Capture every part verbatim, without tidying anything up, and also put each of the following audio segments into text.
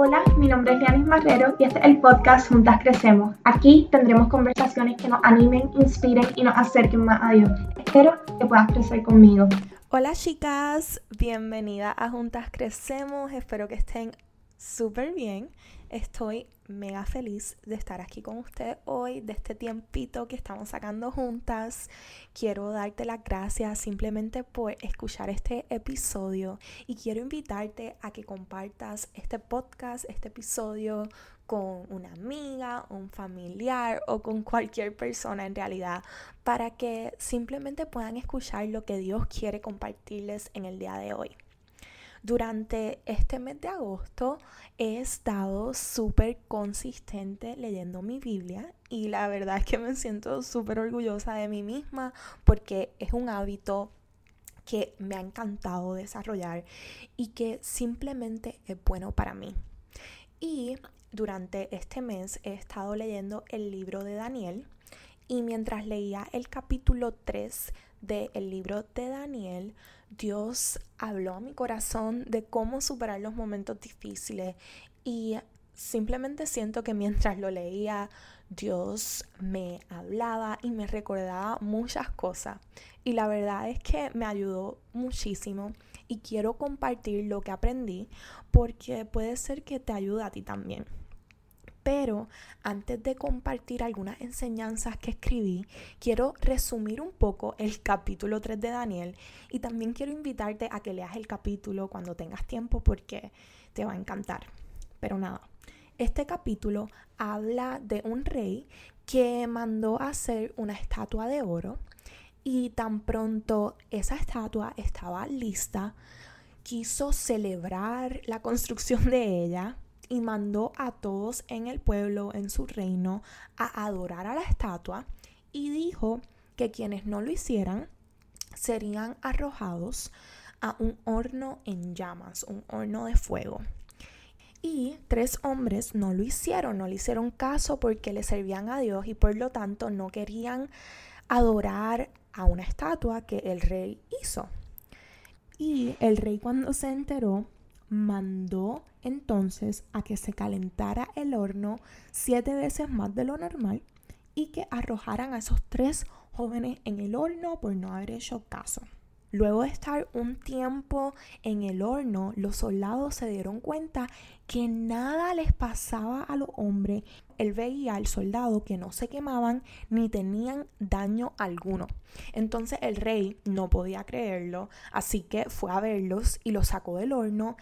Hola, mi nombre es Lianis Marrero y este es el podcast Juntas Crecemos. Aquí tendremos conversaciones que nos animen, inspiren y nos acerquen más a Dios. Espero que puedas crecer conmigo. Hola chicas, bienvenida a Juntas Crecemos, espero que estén súper bien. Estoy mega feliz de estar aquí con ustedes hoy, de este tiempito que estamos sacando juntas. Quiero darte las gracias simplemente por escuchar este episodio y quiero invitarte a que compartas este podcast, este episodio con una amiga, un familiar o con cualquier persona en realidad, para que simplemente puedan escuchar lo que Dios quiere compartirles en el día de hoy. Durante este mes de agosto he estado súper consistente leyendo mi Biblia y la verdad es que me siento súper orgullosa de mí misma porque es un hábito que me ha encantado desarrollar y que simplemente es bueno para mí. Y durante este mes he estado leyendo el libro de Daniel y mientras leía el capítulo tres del libro de Daniel, Dios habló a mi corazón de cómo superar los momentos difíciles y simplemente siento que mientras lo leía, Dios me hablaba y me recordaba muchas cosas y la verdad es que me ayudó muchísimo y quiero compartir lo que aprendí porque puede ser que te ayude a ti también. Pero antes de compartir algunas enseñanzas que escribí, quiero resumir un poco el capítulo tres de Daniel y también quiero invitarte a que leas el capítulo cuando tengas tiempo porque te va a encantar. Pero nada, este capítulo habla de un rey que mandó a hacer una estatua de oro y tan pronto esa estatua estaba lista, quiso celebrar la construcción de ella y mandó a todos en el pueblo, en su reino, a adorar a la estatua y dijo que quienes no lo hicieran serían arrojados a un horno en llamas, un horno de fuego. Y tres hombres no lo hicieron, no le hicieron caso porque le servían a Dios y por lo tanto no querían adorar a una estatua que el rey hizo. Y el rey, cuando se enteró, mandó entonces a que se calentara el horno siete veces más de lo normal y que arrojaran a esos tres jóvenes en el horno por no haber hecho caso. Luego de estar un tiempo en el horno, los soldados se dieron cuenta que nada les pasaba a los hombres. Él veía al soldado que no se quemaban ni tenían daño alguno. Entonces el rey no podía creerlo, así que fue a verlos y los sacó del horno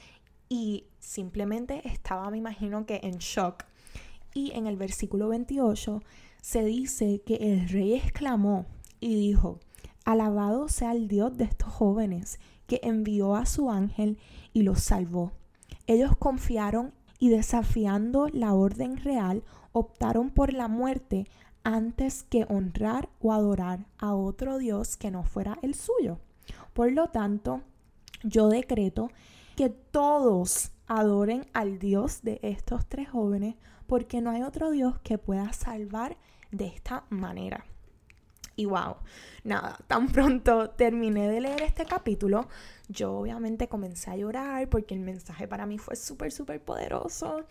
y simplemente estaba, me imagino que en shock. Y en el versículo veintiocho se dice que el rey exclamó y dijo: alabado sea el Dios de estos jóvenes, que envió a su ángel y los salvó. Ellos confiaron y, desafiando la orden real, optaron por la muerte antes que honrar o adorar a otro Dios que no fuera el suyo. Por lo tanto, yo decreto que todos adoren al Dios de estos tres jóvenes, porque no hay otro Dios que pueda salvar de esta manera. Y wow, nada, tan pronto terminé de leer este capítulo, yo obviamente comencé a llorar porque el mensaje para mí fue súper, súper poderoso.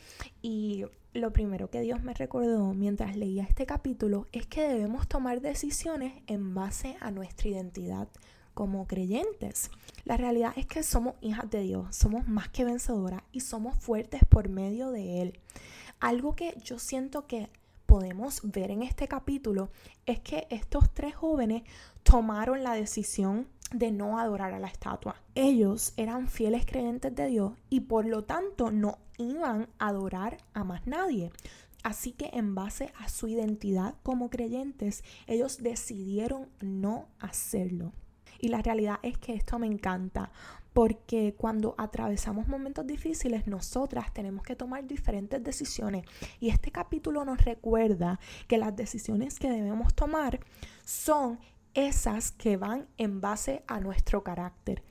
Y lo primero que Dios me recordó mientras leía este capítulo es que debemos tomar decisiones en base a nuestra identidad como creyentes. La realidad es que somos hijas de Dios, somos más que vencedoras y somos fuertes por medio de Él. Algo que yo siento que podemos ver en este capítulo es que estos tres jóvenes tomaron la decisión de no adorar a la estatua. Ellos eran fieles creyentes de Dios y por lo tanto no iban a adorar a más nadie. Así que en base a su identidad como creyentes, ellos decidieron no hacerlo. Y la realidad es que esto me encanta, porque cuando atravesamos momentos difíciles, nosotras tenemos que tomar diferentes decisiones. Y este capítulo nos recuerda que las decisiones que debemos tomar son esas que van en base a nuestro carácter.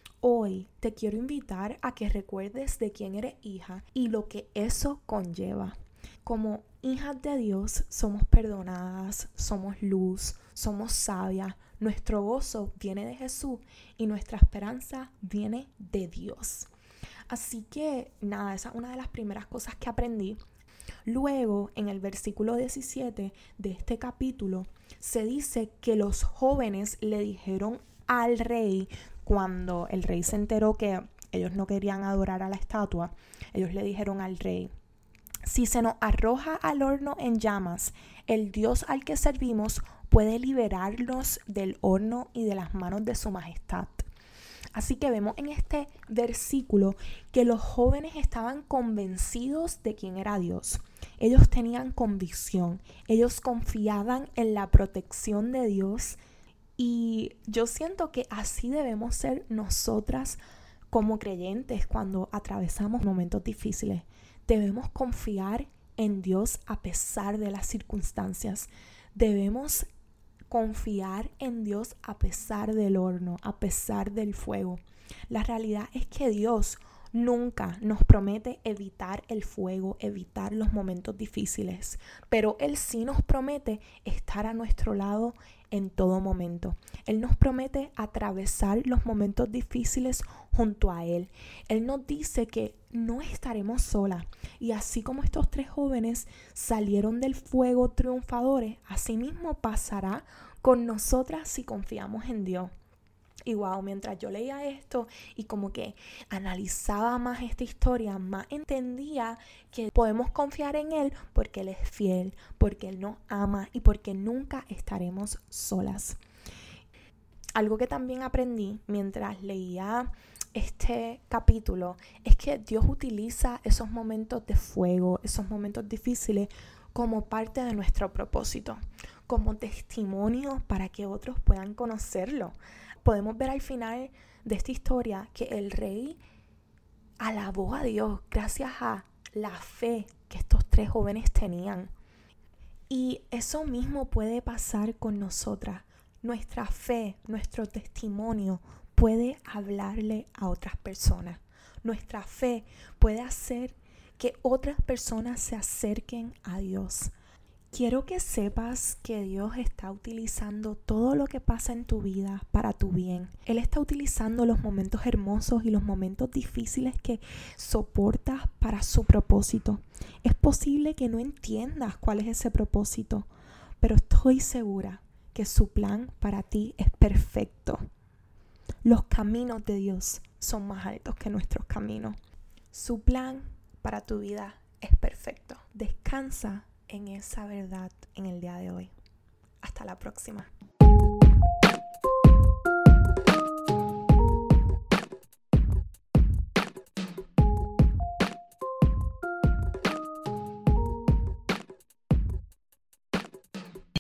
Hoy te quiero invitar a que recuerdes de quién eres hija y lo que eso conlleva. Como hijas de Dios somos perdonadas, somos luz, somos sabias. Nuestro gozo viene de Jesús y nuestra esperanza viene de Dios. Así que nada, esa es una de las primeras cosas que aprendí. Luego, en el versículo diecisiete de este capítulo, se dice que los jóvenes le dijeron al rey, cuando el rey se enteró que ellos no querían adorar a la estatua, ellos le dijeron al rey: si se nos arroja al horno en llamas, el Dios al que servimos puede liberarnos del horno y de las manos de su majestad. Así que vemos en este versículo que los jóvenes estaban convencidos de quién era Dios. Ellos tenían convicción, ellos confiaban en la protección de Dios, y yo siento que así debemos ser nosotras como creyentes cuando atravesamos momentos difíciles. Debemos confiar en Dios a pesar de las circunstancias. Debemos confiar en Dios a pesar del horno, a pesar del fuego. La realidad es que Dios nunca nos promete evitar el fuego, evitar los momentos difíciles, pero Él sí nos promete estar a nuestro lado en todo momento. Él nos promete atravesar los momentos difíciles junto a Él. Él nos dice que no estaremos solas, y así como estos tres jóvenes salieron del fuego triunfadores, así mismo pasará con nosotras si confiamos en Dios. Y wow, mientras yo leía esto y como que analizaba más esta historia, más entendía que podemos confiar en Él porque Él es fiel, porque Él nos ama y porque nunca estaremos solas. Algo que también aprendí mientras leía este capítulo es que Dios utiliza esos momentos de fuego, esos momentos difíciles, como parte de nuestro propósito, como testimonio para que otros puedan conocerlo. Podemos ver al final de esta historia que el rey alabó a Dios gracias a la fe que estos tres jóvenes tenían. Y eso mismo puede pasar con nosotras. Nuestra fe, nuestro testimonio puede hablarle a otras personas. Nuestra fe puede hacer que otras personas se acerquen a Dios. Quiero que sepas que Dios está utilizando todo lo que pasa en tu vida para tu bien. Él está utilizando los momentos hermosos y los momentos difíciles que soportas para su propósito. Es posible que no entiendas cuál es ese propósito, pero estoy segura que su plan para ti es perfecto. Los caminos de Dios son más altos que nuestros caminos. Su plan para tu vida es perfecto. Descansa en esa verdad en el día de hoy. Hasta la próxima.